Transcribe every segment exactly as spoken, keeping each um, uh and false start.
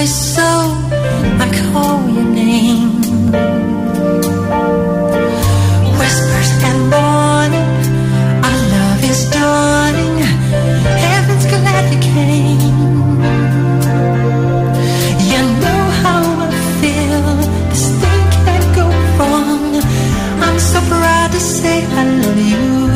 so, I call your name. Whispers and morning, our love is dawning. Heaven's glad you came. You know how I feel, this thing can't go wrong. I'm so proud to say I love you.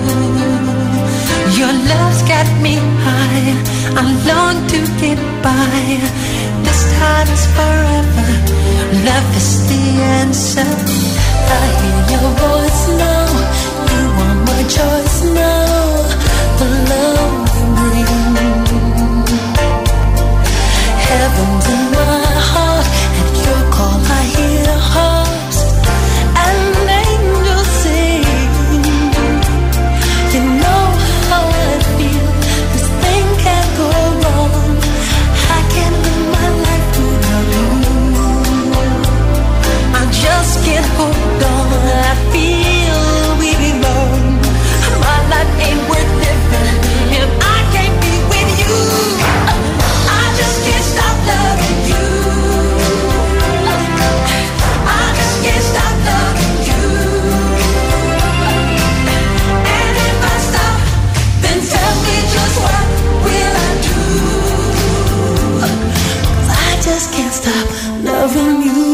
Your love's got me high, I long to get by. This time is forever, love is the answer. I hear your voice now, you are my choice now. The love you bring, heaven's in my heart. At your call I hear harps and angels sing. You know how I feel, this thing can't go wrong. I can't live my life without you. I just can't hold on, I feel we belong. My life ain't worth living if I can't be with you. I just can't stop loving you. I just can't stop loving you. And if I stop, then tell me just what will I do? 'Cause I just can't stop loving you.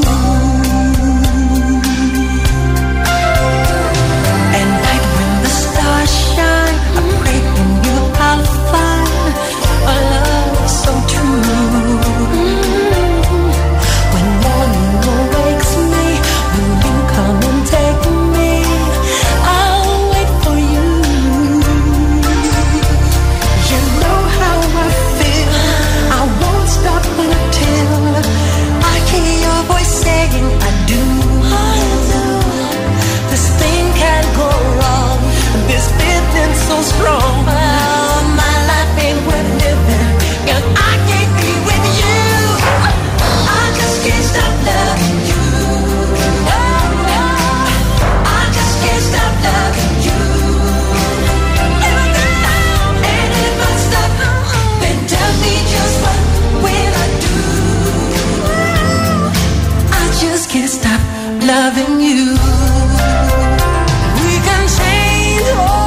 Strong. Oh, my life ain't worth living if I can't be with you. I just can't stop loving you. Oh, no. I just can't stop loving you. And if I stop, then tell me just what will I do? I just can't stop loving you. We can change all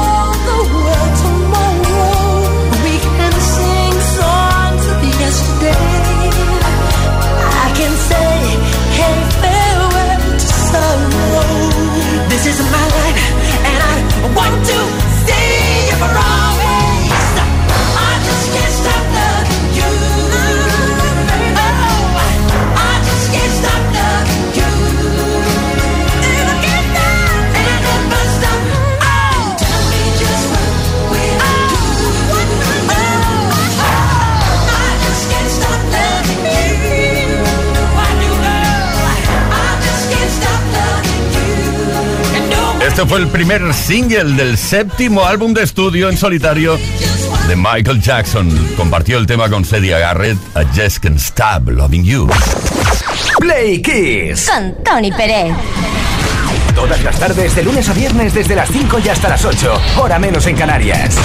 I can say, hey, farewell to sorrow. This is my life, and I want to stay here for always. I just can't stop loving you. Oh, I just can't stop loving you. And I can't stop, and if I stop, oh, tell me just what will I do? Oh, I just can't stop loving you. Este fue el primer single del séptimo álbum de estudio en solitario de Michael Jackson. Compartió el tema con Celia Garrett, I Just Can't Stop Loving You. Play Kiss con Tony Pérez. Todas las tardes, de lunes a viernes, desde las cinco y hasta las ocho, hora menos en Canarias.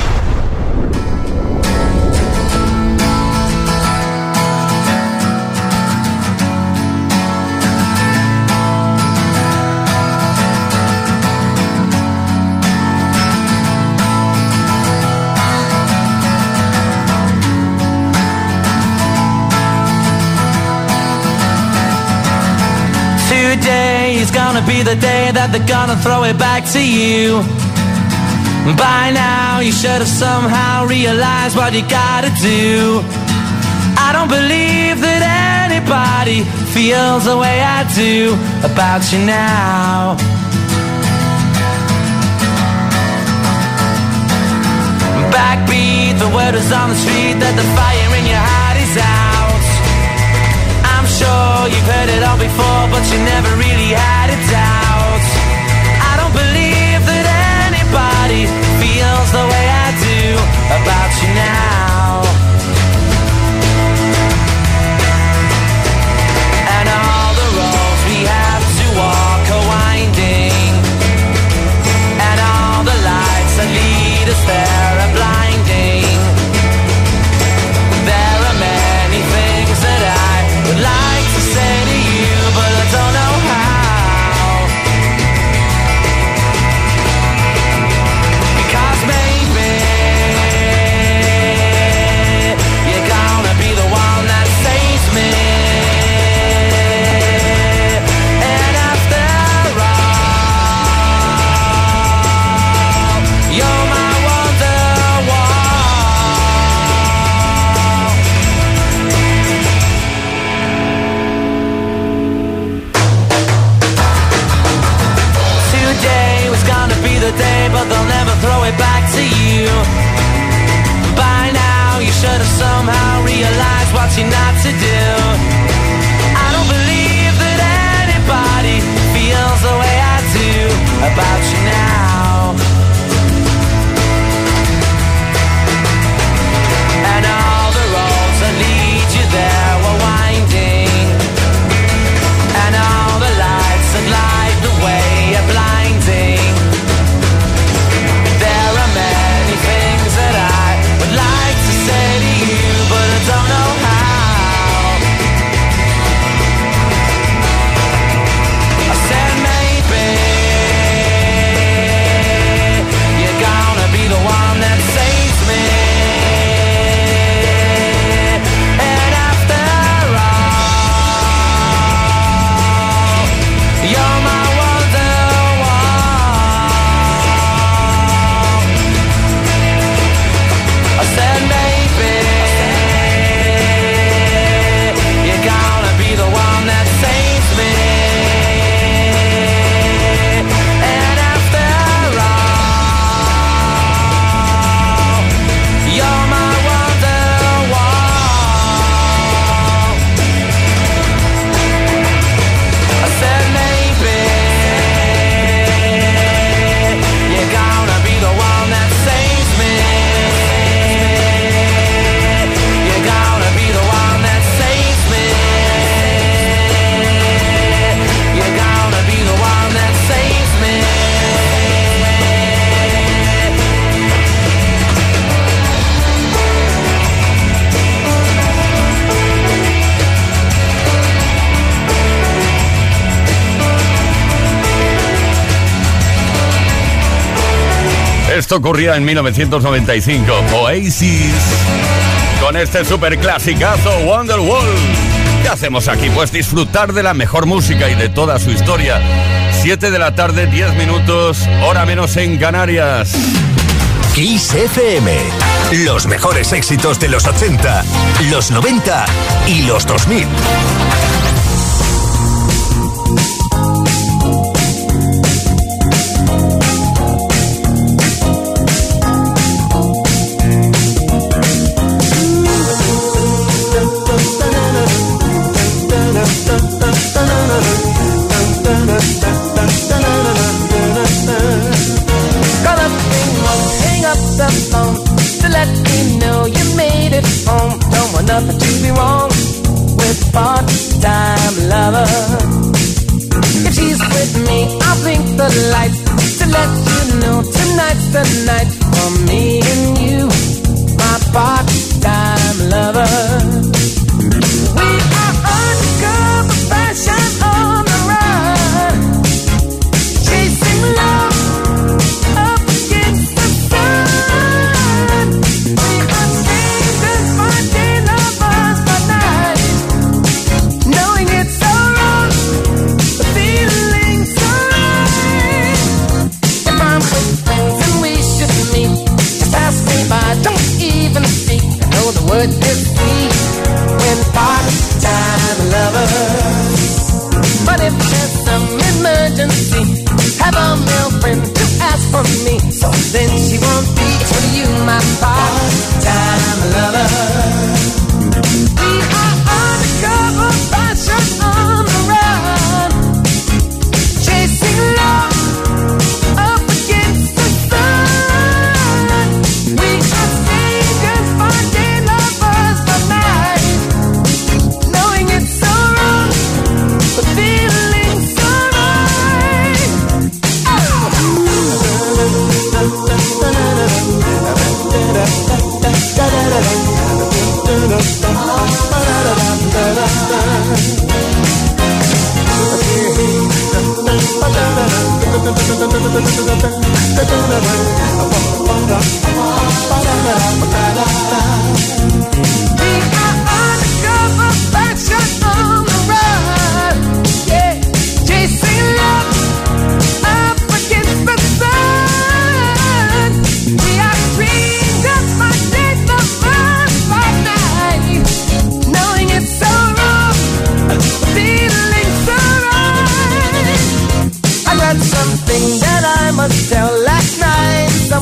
Today is gonna be the day that they're gonna throw it back to you. By now you should have somehow realized what you gotta do. I don't believe that anybody feels the way I do about you now. Backbeat, the word is on the street that the fire in your heart is out. I'm sure you've heard it all before, but you never really had a doubt. I don't believe that anybody feels the way I do about you now. And all the roads we have to walk are winding, and all the lights that lead us there are blinding. There are many things that you not to do. I don't believe that anybody feels the way I do about you now. And all the roads that lead you there were winding, and all the lights that light the way are blinding. There are many things that I would like to say to you, but I don't know how. I said maybe you're gonna be the one that saves me. And after all, you're my wonderwall. I said maybe you're gonna be the one that saves me. And after all, you're my wonderwall. I said maybe you're gonna be the one that saves me. You're gonna be the one that saves me. You're gonna be the one that saves me. Esto ocurría en mil novecientos noventa y cinco. Oasis, con este superclasicazo Wonderwall. ¿Qué hacemos aquí? Pues disfrutar de la mejor música y de toda su historia. siete de la tarde, diez minutos, hora menos en Canarias. Kiss F M. Los mejores éxitos de los ochenta, los noventa y los dos mil. Call up and hang up the phone to let me know you made it home. Don't want nothing to be wrong with part-time lover. If she's with me, I'll blink the lights to let you know tonight's the night for me and you, my part-time lover. We are undercover fashion on the run, chasing love up against the sun. We are strangers by day, lovers by night, knowing it's so wrong, but feeling so right. If I'm with friends and we should meet, just pass me by, don't even speak. I know the word is sweet when part-time lovers. But if there's some emergency, have a male friend to ask for me, so then she won't be for you, my part-time lover. We are undercover fashion on the run, chasing love up against the sun. We are strangers by day, lovers by night, knowing it's so wrong, but feeling so right. Oh. We are undercover fashion on the run, yeah, chasing love up against the sun. We are strangers by day, lovers by night, knowing it's so wrong, feeling so right. I got something that I must tell. Last night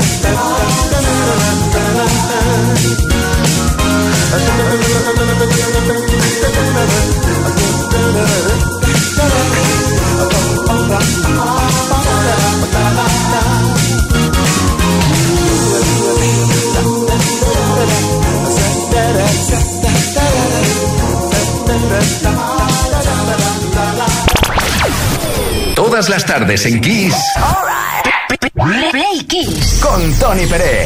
Todas las tardes en Kiss. Play Kiss. Con Tony Pérez.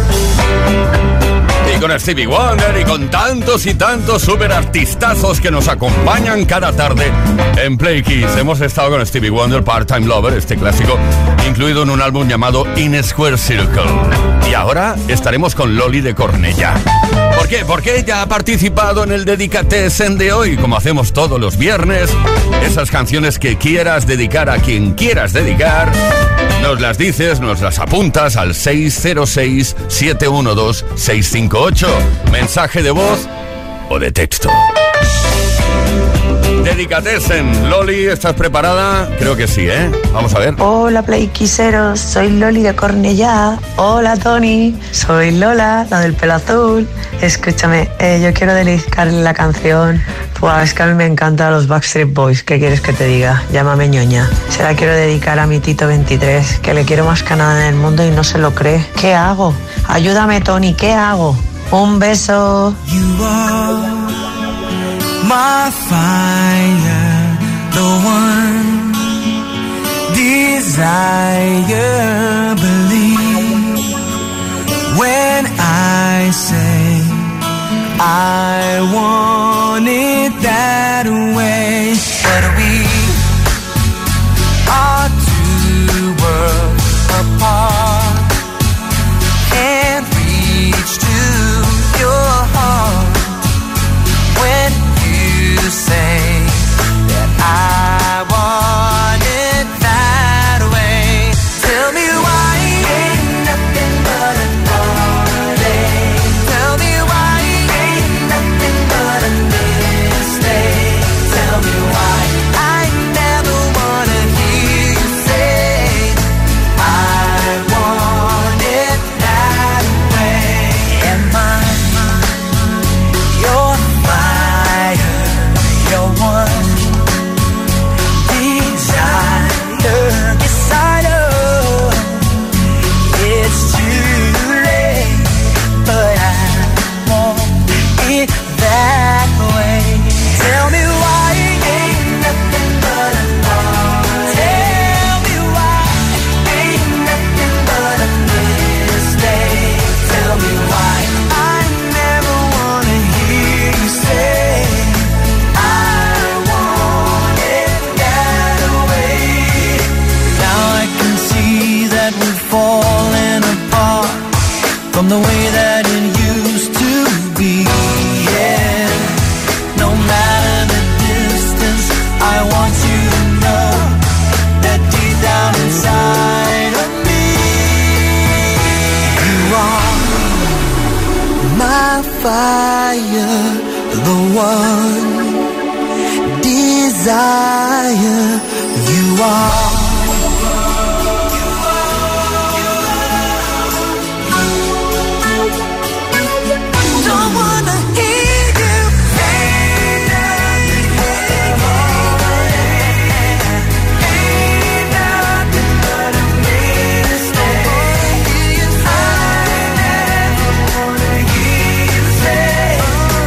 Y con Stevie Wonder y con tantos y tantos super artistazos que nos acompañan cada tarde en Play Kiss. Hemos estado con Stevie Wonder, Part-Time Lover, este clásico, incluido en un álbum llamado In Square Circle. Y ahora estaremos con Loli de Cornellà. ¿Por qué? Porque ella ha participado en el Dedicatessen de hoy, como hacemos todos los viernes. Esas canciones que quieras dedicar a quien quieras dedicar, nos las dices, nos las apuntas al seis cero seis, siete uno dos, seis cinco ocho. Mensaje de voz o de texto. Dedicatessen. Loli, ¿estás preparada? Creo que sí, ¿eh? Vamos a ver. Hola, Playquiseros. Soy Loli de Cornellà. Hola, Tony. Soy Lola, la del pelo azul. Escúchame, eh, yo quiero dedicarle la canción. Pues es que a mí me encantan los Backstreet Boys. ¿Qué quieres que te diga? Llámame ñoña. Se la quiero dedicar a mi Tito veintitrés, que le quiero más que nada en el mundo y no se lo cree. ¿Qué hago? Ayúdame, Tony. ¿Qué hago? Un beso. You are my fire, the one desire. Believe when I say I want it that way. But we are two worlds apart, can't reach to your heart when you say that I want it that way. Tell me why ain't nothing but a heartache. Tell me why ain't nothing but a mistake. Tell me why I never wanna hear you say I want it that way. Am I your fire, your one desire? Yes, I know it's too late, but I want it that way. Tell me why ain't nothing but a heart. Tell me why ain't nothing but a mistake. Tell me why I never wanna hear you say I want it that way. Now I can see that we're falling apart from the way that it used to be. Yeah, no matter the distance, I want you to know that deep down inside of me, you are my fire, the one desire. You are. Don't wanna hear you say nothing ain't nothing but a mistake. I never wanna hear you say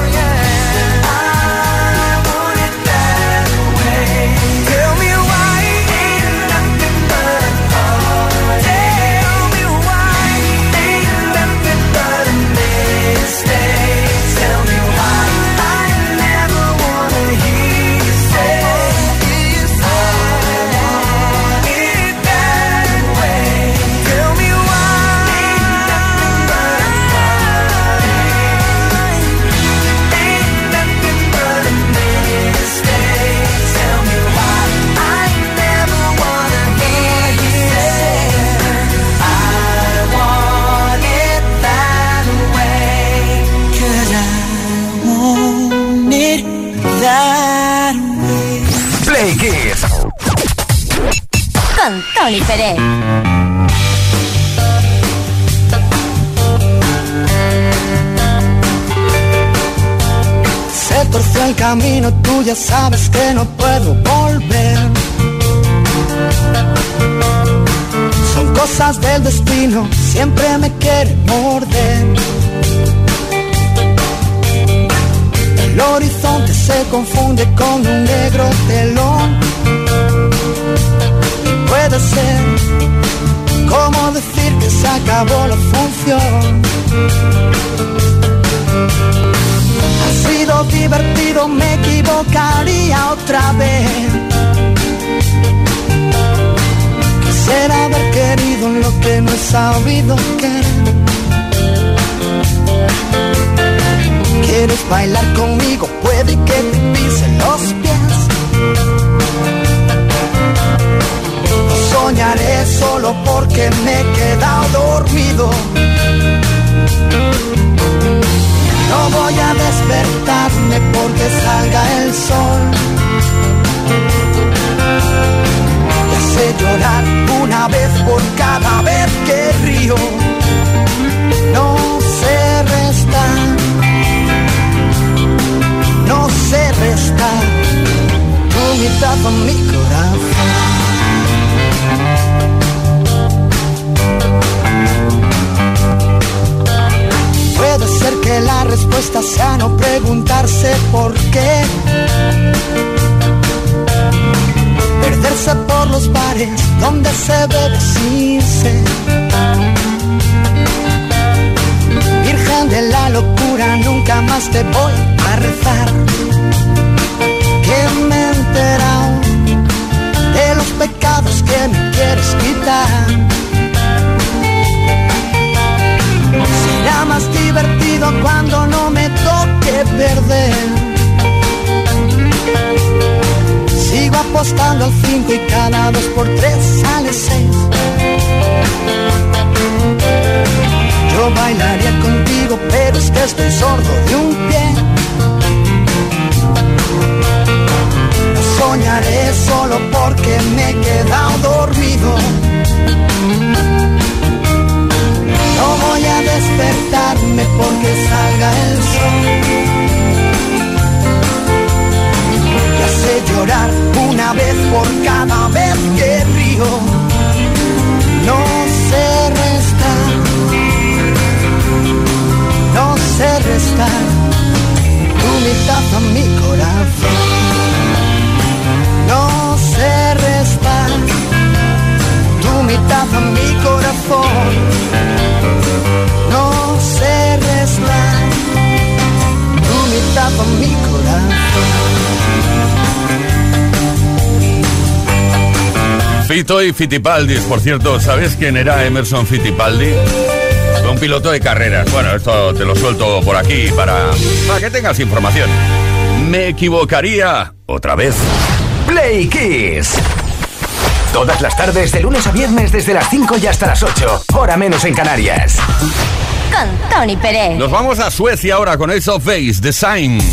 I want it that way. Tell me why ain't nothing but a heart. Tell me why ain't nothing but a mistake. Tell me why I never wanna hear you say I want it that way. Tell me why ain't nothing but a heart. Ain't nothing but a mistake. Tell me why I never wanna hear you say I want it that way. 'Cause I want it that way. Play Kiss. Con Tony Pérez. camino, tú ya sabes que no puedo volver. Son cosas del destino, siempre me quiere morder. El horizonte se confunde con un negro telón. Y puede ser como decir que se acabó la función. Ha sido divertido, me equivocaría otra vez. Quisiera haber querido lo que no he sabido querer. ¿Quieres bailar conmigo? Puede que te pisen los pies. No soñaré solo porque me he quedado dormido. No voy a despertarme porque salga el sol. Y hace llorar una vez por cada vez que río. No sé restar, no sé restar tu mitad a mi corazón. Puede ser que la respuesta sea no preguntarse por qué. Perderse por los bares donde se bebe sin sed. Virgen de la locura, nunca más te voy a rezar. Que me he enterado de los pecados que me quieres quitar. Será más divertido cuando no me toque perder. Sigo apostando al cinco y cada dos por tres sale seis. Yo bailaría contigo, pero es que estoy sordo de un pie. No soñaré solo porque me he quedado dormido. No voy a despertarme porque salga el sol. Y hace llorar una vez por cada vez que río. No sé restar, no sé restar tu mitad a mi corazón. No sé restar tu mitad a mi corazón. No sé restar tu mitad a mi corazón. Fito y Fittipaldi, por cierto, ¿sabes quién era Emerson Fittipaldi? Fue un piloto de carreras. Bueno, esto te lo suelto por aquí para, para que tengas información. Me equivocaría otra vez. Play Kiss. Todas las tardes, de lunes a viernes, desde las cinco y hasta las ocho. Hora menos en Canarias. Con Tony Pérez. Nos vamos a Suecia ahora con Ace of Base, The Sign.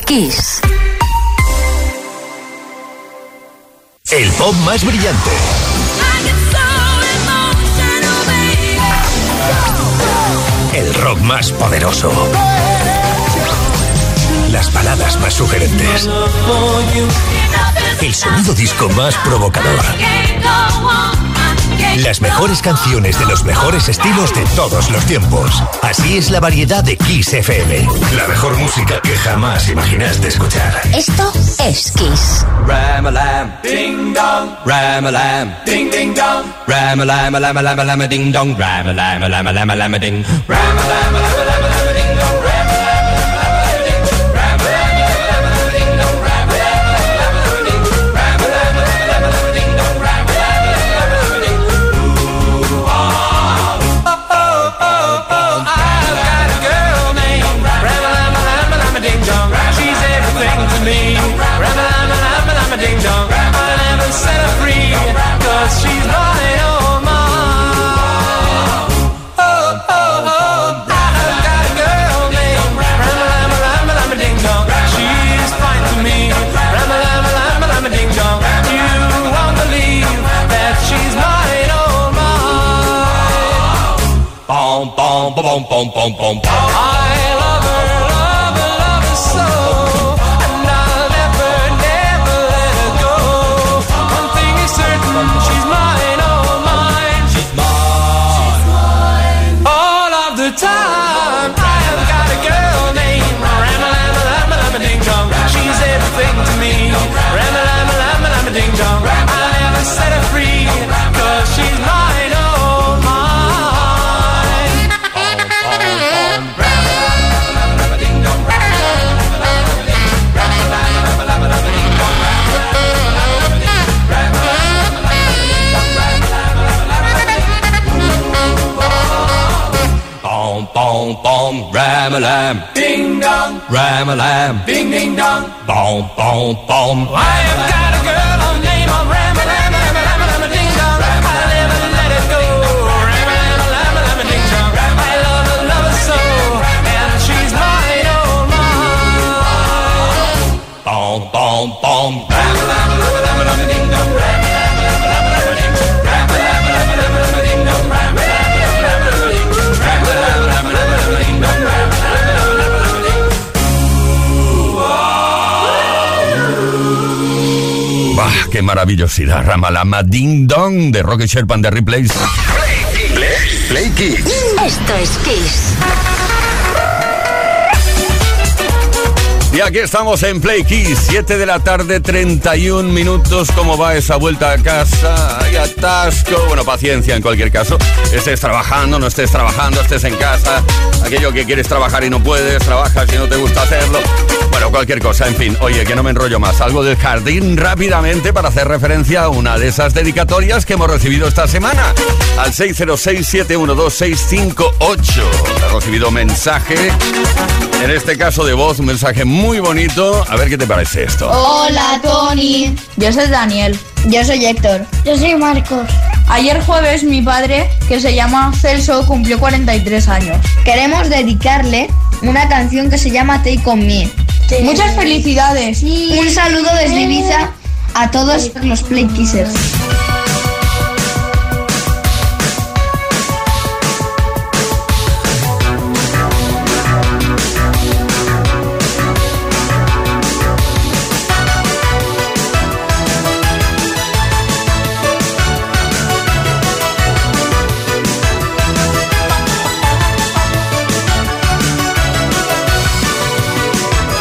Kiss. El pop más brillante. El rock más poderoso. Las baladas más sugerentes. El sonido disco más provocador. Las mejores canciones de los mejores estilos de todos los tiempos. Así es la variedad de Kiss F M. La mejor música que jamás imaginaste escuchar. Esto es Kiss. Ram-a-lam, ding dong, ram-a-lam, ding ding dong, ram-a-lam, lam lam lam ding dong, ram-a-lam, lam lam lam ding, ram-a-lam, lam lam ding dong, ding dong, I never set her free, cause she's mine, oh mine. Oh, oh, oh, I've got a girl named Ram-a-lam-a-lam-a-lam-a ding dong. She's fine to me, Ram-a-lam-a-lam-a-lam ding dong. You won't believe that she's mine, oh mine. Bom, bom, bom, bom, bom, bom, bom. I love her, love her, love her so. She's mine, oh mine. She's mine. She's mine. All of the time, I have got a girl named Ram-a-lam-a-lam-a-lam ding dong. She's everything to me. Ram-a-lam-a-lam-a-lam ding dong. I never set her free, cause she's mine, oh mine. Ram-a-lam-a-lam-a-lam ding dong. Ram-a-lam-a-lam-a-lam ding dong. Boom, boom, ram-a-lam, ding dong, ram-a-lam, ding ding dong, boom, boom, boom. I have got a girl on name of ram-a-lam, ram-a-lam, ding dong. I'll never let it go, ram-a-lam, ram-a-lam, ding dong. I love her, love her so, and she's mine, oh mine. Boom, boom, boom, ram-a-lam, ram-a-lam, ding dong, ram-a-lam, ram-a-lam, ding dong, ram-a-lam, ram-a-lam, ding dong, ram-a-lam. ¡Bah! ¡Qué maravillosidad! Ramalama Ding Dong de Rocky Sherpan de Replays. Play, play, play Kiss. Esto es Kiss. Y aquí estamos en Play Kiss, siete de la tarde, treinta y un minutos. ¿Cómo va esa vuelta a casa? Hay atasco. Bueno, paciencia en cualquier caso. Estés trabajando, no estés trabajando, estés en casa. Aquello que quieres trabajar y no puedes, trabajas y no te gusta hacerlo. Bueno, cualquier cosa, en fin. Oye, que no me enrollo más. Algo del jardín rápidamente para hacer referencia a una de esas dedicatorias que hemos recibido esta semana. Al seis cero seis, siete uno dos, seis cinco ocho. He recibido mensaje, en este caso de voz, un mensaje muy bonito. A ver qué te parece esto. Hola, Tony. Yo soy Daniel. Yo soy Héctor. Yo soy Marcos. Ayer jueves mi padre, que se llama Celso, cumplió cuarenta y tres años. Queremos dedicarle una canción que se llama Take On Me. Sí. Muchas felicidades. Sí. Un saludo desde Ibiza a todos los Play Kissers.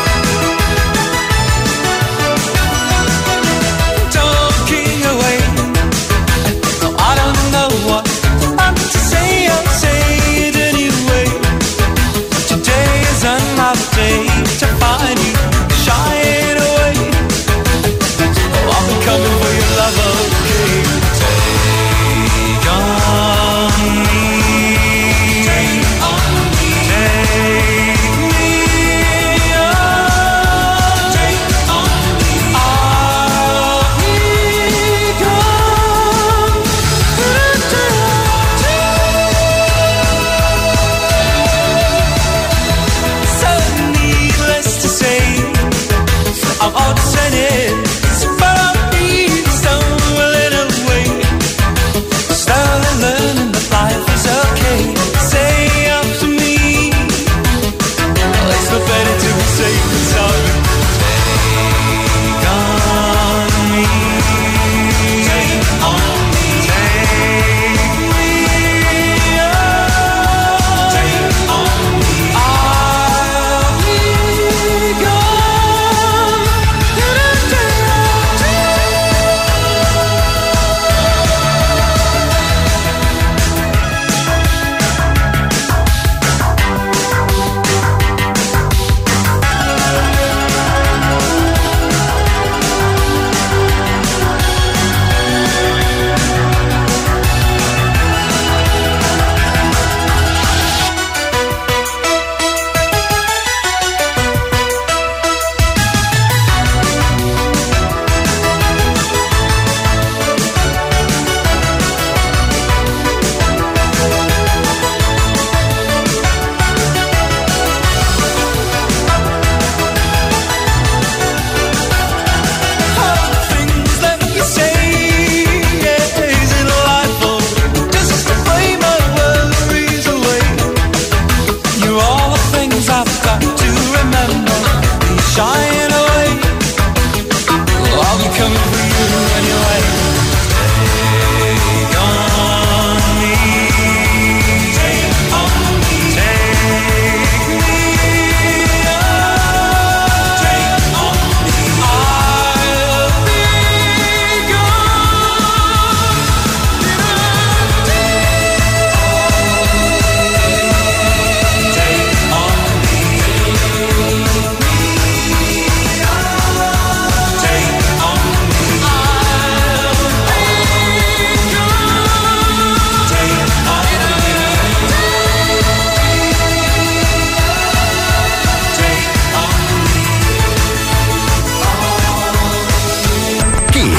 Talking away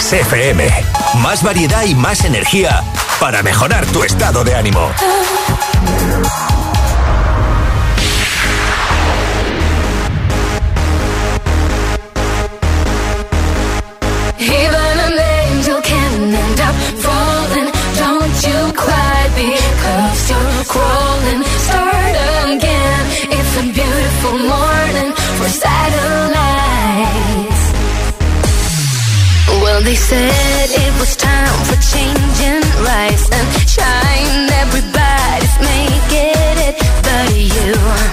Kiss F M. Más variedad y más energía para mejorar tu estado de ánimo. Even an angel can end up falling. Don't you cry because you're crawling. Start again. It's a beautiful morning for satellites. Well, they said it was time for changing rise and shine. Everybody's making it but you.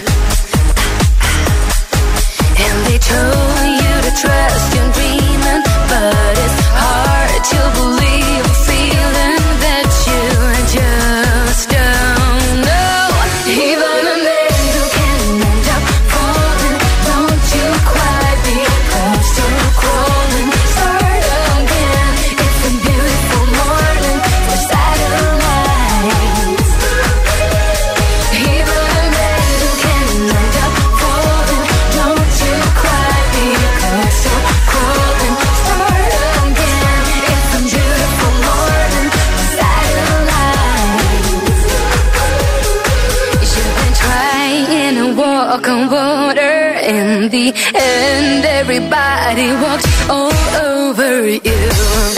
And they told you to trust your dreaming, but it's hard to believe a feeling that you just don't know. Even an angel can end up falling. Don't you cry because you're crawling. Start again. It's a beautiful morning for satellites. Even an angel can end up falling. Don't you cry because you're crawling. Start again. It's a beautiful morning for satellites. You've been trying to walk on water. In the end, everybody walks all over you.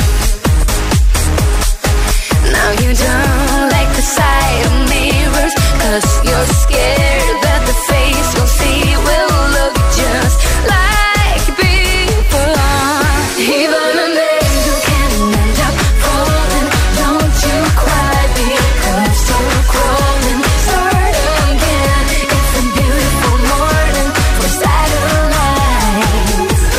Now you don't like the sight of mirrors, 'cause you're scared that the face you'll see will look just like before. Even an angel can end up falling. Don't you cry because you're crawling. Start again. It's a beautiful morning for satellites.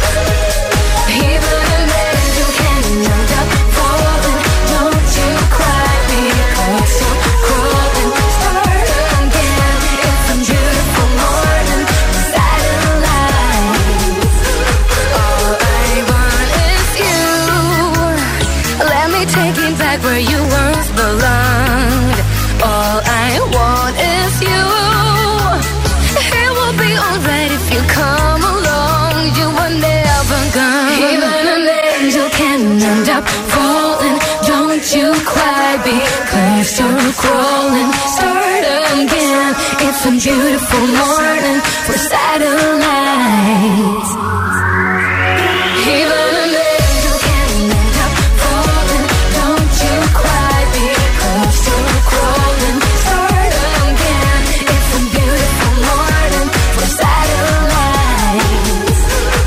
Even an angel can end up falling. Don't you cry because you're crawling. Start again. It's a beautiful morning for satellites. All I want is you. Let me take you back where you once belonged. All I want is you. It will be alright if you come along. You were never gone. Even an angel can end up falling. Don't you cry because you're crawling. Start again. It's a beautiful morning for satellites. Even an angel can end up falling. Don't you cry because you're crawling. Start again. It's a beautiful morning for satellites.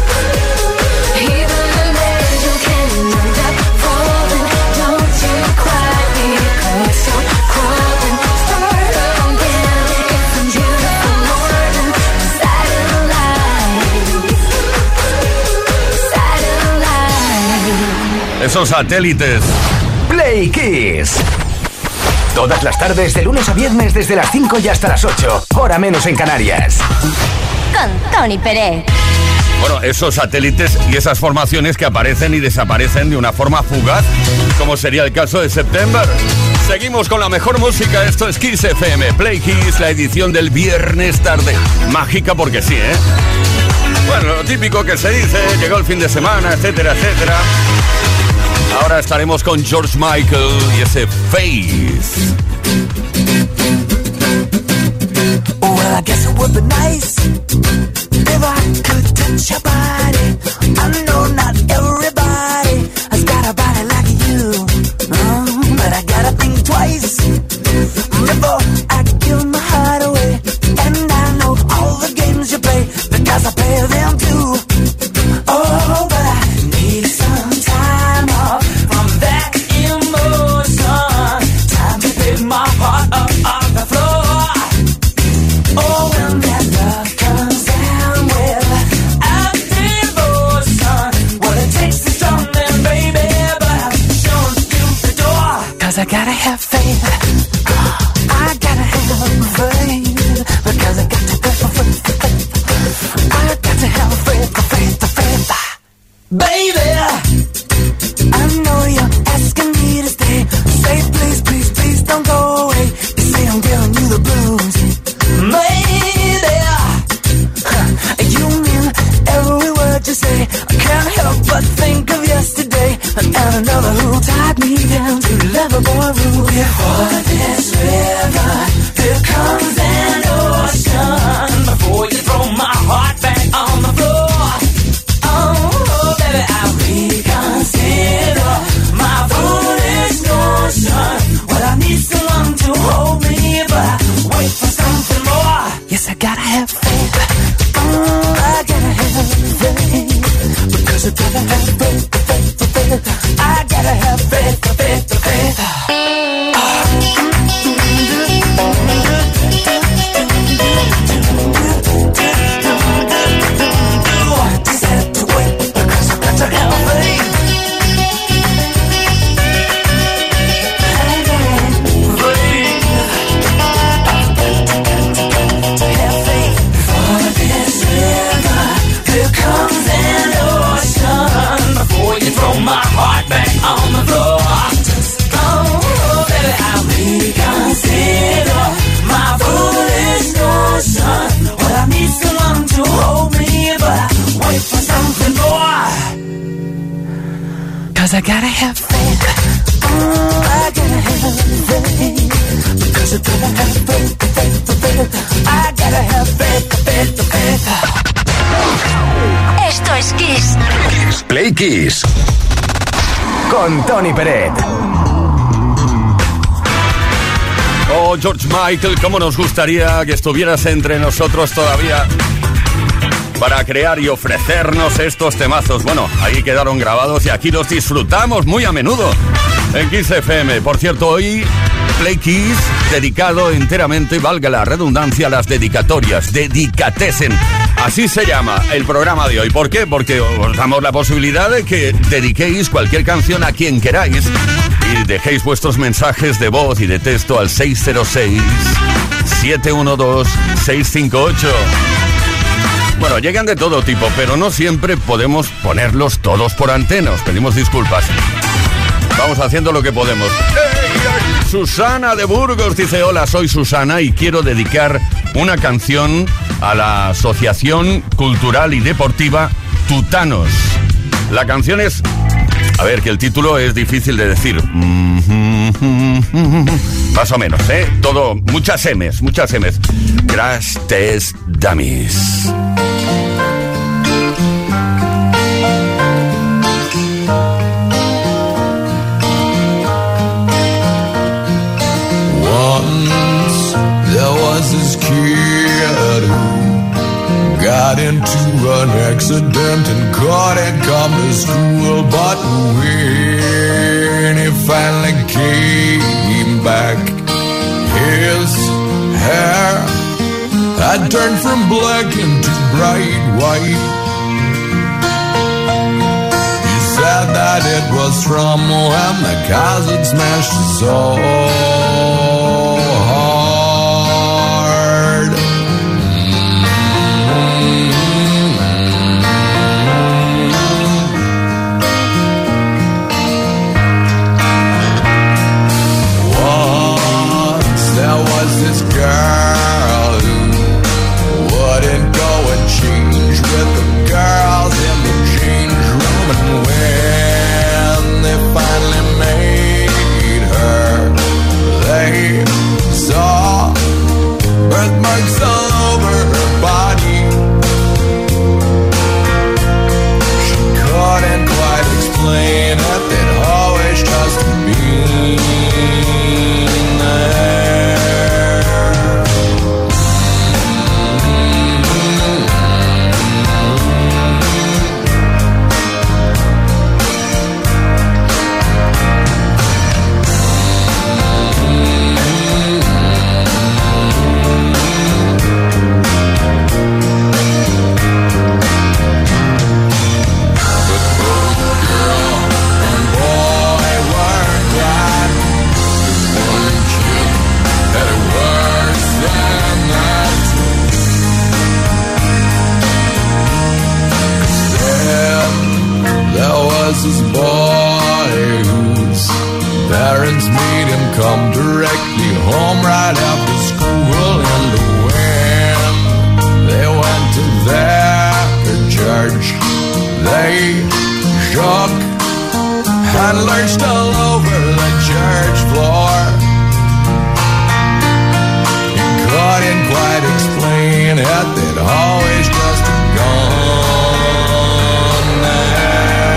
Even an angel can end up falling. Don't you cry because you're crawling. Start again. It's a beautiful morning for satellites. Satellites. Esos satélites. Play Kiss. Todas las tardes, de lunes a viernes, desde las cinco y hasta las ocho. Hora menos en Canarias. Con Tony Pérez. Bueno, esos satélites y esas formaciones que aparecen y desaparecen de una forma fugaz, como sería el caso de September. Seguimos con la mejor música. Esto es Kiss F M. Play Kiss, la edición del viernes tarde. Mágica porque sí, ¿eh? Bueno, lo típico que se dice, llegó el fin de semana, etcétera, etcétera. Ahora estaremos con George Michael y ese Face. Well, I guess it would be nice if I could touch your body. I know not everybody has got a body like you, um, but I gotta think twice before I give my heart away. And I know all the games you play because I play them too. Oh, but I need some time off from that emotion. Time to pick my heart up off the floor. Oh, when that love comes down with a devotion, well, it takes a strong man, baby, but I'm showing you the door. 'Cause I gotta have faith. I gotta have faith. Because I got to go for faith. I got to have faith, faith, faith. Baby, I know you're asking me to stay. Say please, please, please don't go away. You say I'm giving you the blues. Maybe huh, you mean every word you say. I can't help but think of yesterday. and another who tied me down to lovable rule. Before this river, there comes an ocean. Before you throw my heart back on the floor, oh, baby, I reconsider my foolish notion. Well, I need someone to hold me, but I wait for something more. Yes, I gotta have faith. Oh, I gotta have faith. Because I gotta have faith, faith, faith. I gotta have faith, faith, faith. Set to wait because I got to have faith. My heart back on the floor. Oh, baby, I reconsider my foolish notion. Well, I need someone to hold me, but I wait for something more. Cause I gotta have faith. Oh, I gotta have faith. Because I gotta have faith, faith, faith. I gotta have faith, faith, faith. Esto es Kiss. Play Kiss. Con Tony Peret. Oh, George Michael, cómo nos gustaría que estuvieras entre nosotros todavía para crear y ofrecernos estos temazos. Bueno, ahí quedaron grabados y aquí los disfrutamos muy a menudo en Kiss F M. Por cierto, hoy Play Kiss dedicado enteramente, valga la redundancia, a las dedicatorias, Dedicatesen. Así se llama el programa de hoy. ¿Por qué? Porque os damos la posibilidad de que dediquéis cualquier canción a quien queráis y dejéis vuestros mensajes de voz y de texto al seis cero seis, siete uno dos, seis cinco ocho. Bueno, llegan de todo tipo, pero no siempre podemos ponerlos todos por antena. Os pedimos disculpas. Vamos haciendo lo que podemos. ¡Hey! Susana de Burgos dice: hola, soy Susana y quiero dedicar una canción a la Asociación Cultural y Deportiva Tutanos. La canción es... A ver, que el título es difícil de decir. Más o menos, ¿eh? Todo, muchas M's, muchas M's. Crash Test Dummies. This kid who got into an accident and couldn't come to school, but when he finally came back, his hair had turned from black into bright white. He said that it was from when the cars had smashed his soul. This girl who wouldn't go and change with the girls in the change room, and when they finally made her, they saw birthmarks all over her body. She couldn't quite explain it, they'd always just been there. This boy whose parents made him come directly home right after school, and when they went to their church, they shook I lurched all over the church floor. You couldn't quite explain it, they'd always just gone there.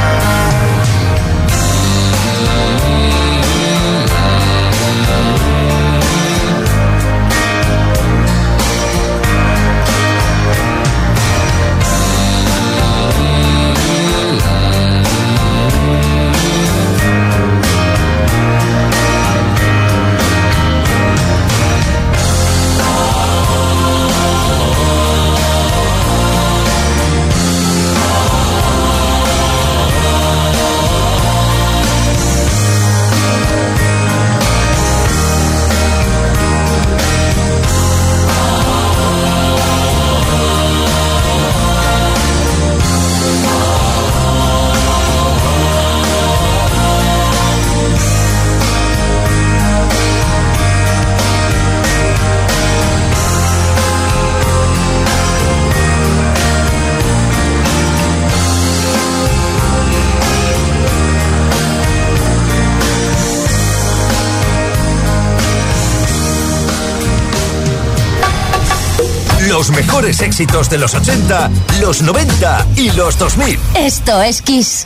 Los mejores éxitos de los ochenta, los noventa y los dos mil. Esto es Kiss.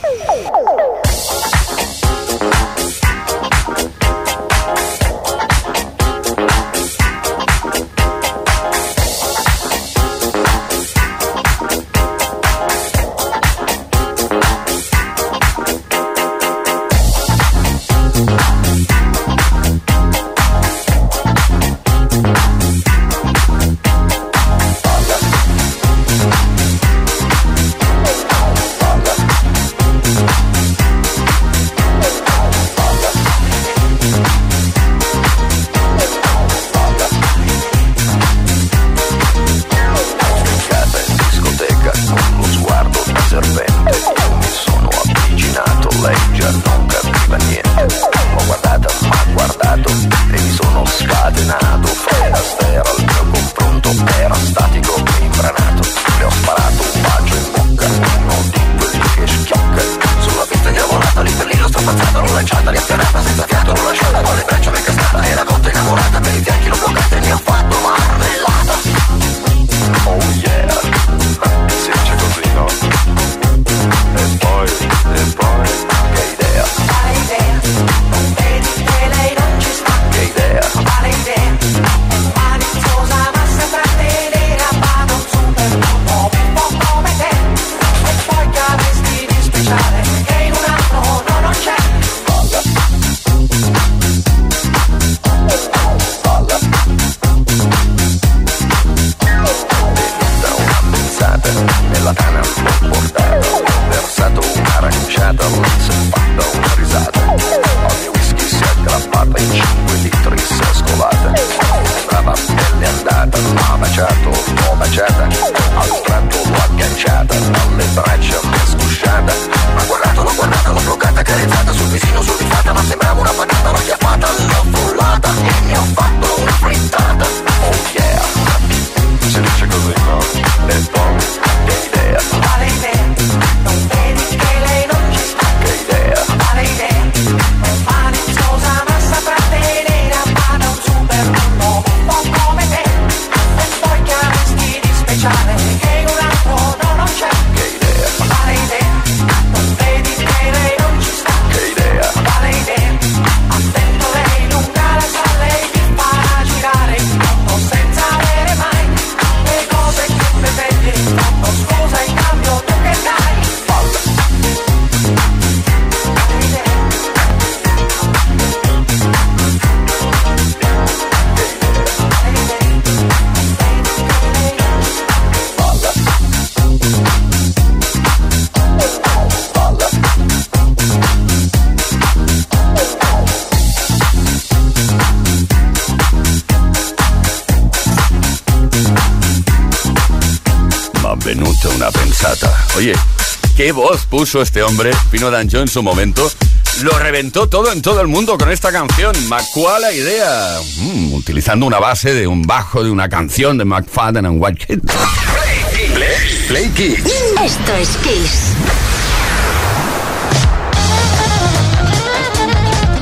Oye, qué voz puso este hombre, Pino D'Angio, en su momento. Lo reventó todo en todo el mundo con esta canción. ¿Cuál idea? Mm, utilizando una base de un bajo de una canción de McFadden and Whitehead. Play, play, play Kiss. Esto es Kiss.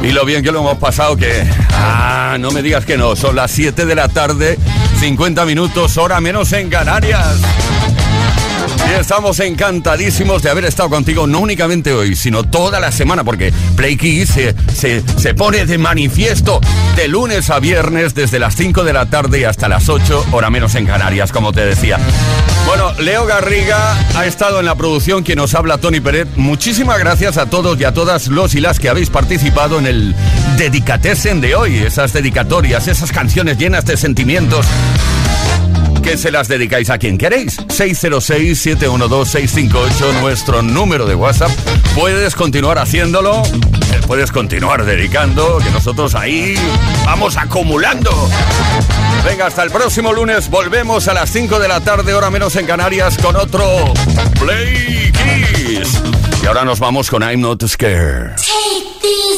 Y lo bien que lo hemos pasado que... Ah, no me digas que no. Son las siete de la tarde, cincuenta minutos, hora menos en Canarias. Y estamos encantadísimos de haber estado contigo, no únicamente hoy, sino toda la semana, porque Play Kiss se, se, se pone de manifiesto de lunes a viernes desde las cinco de la tarde hasta las ocho, hora menos en Canarias, como te decía. Bueno, Leo Garriga ha estado en la producción, quien nos habla, Tony Peret. Muchísimas gracias a todos y a todas los y las que habéis participado en el Dedicatessen de hoy. Esas dedicatorias, esas canciones llenas de sentimientos que se las dedicáis a quien queréis. seis cero seis, siete uno dos, seis cinco ocho, nuestro número de WhatsApp. Puedes continuar haciéndolo, puedes continuar dedicando, que nosotros ahí vamos acumulando. Venga, hasta el próximo lunes. Volvemos a las cinco de la tarde, hora menos en Canarias, con otro Play Kiss. Y ahora nos vamos con I'm Not Scared. Take the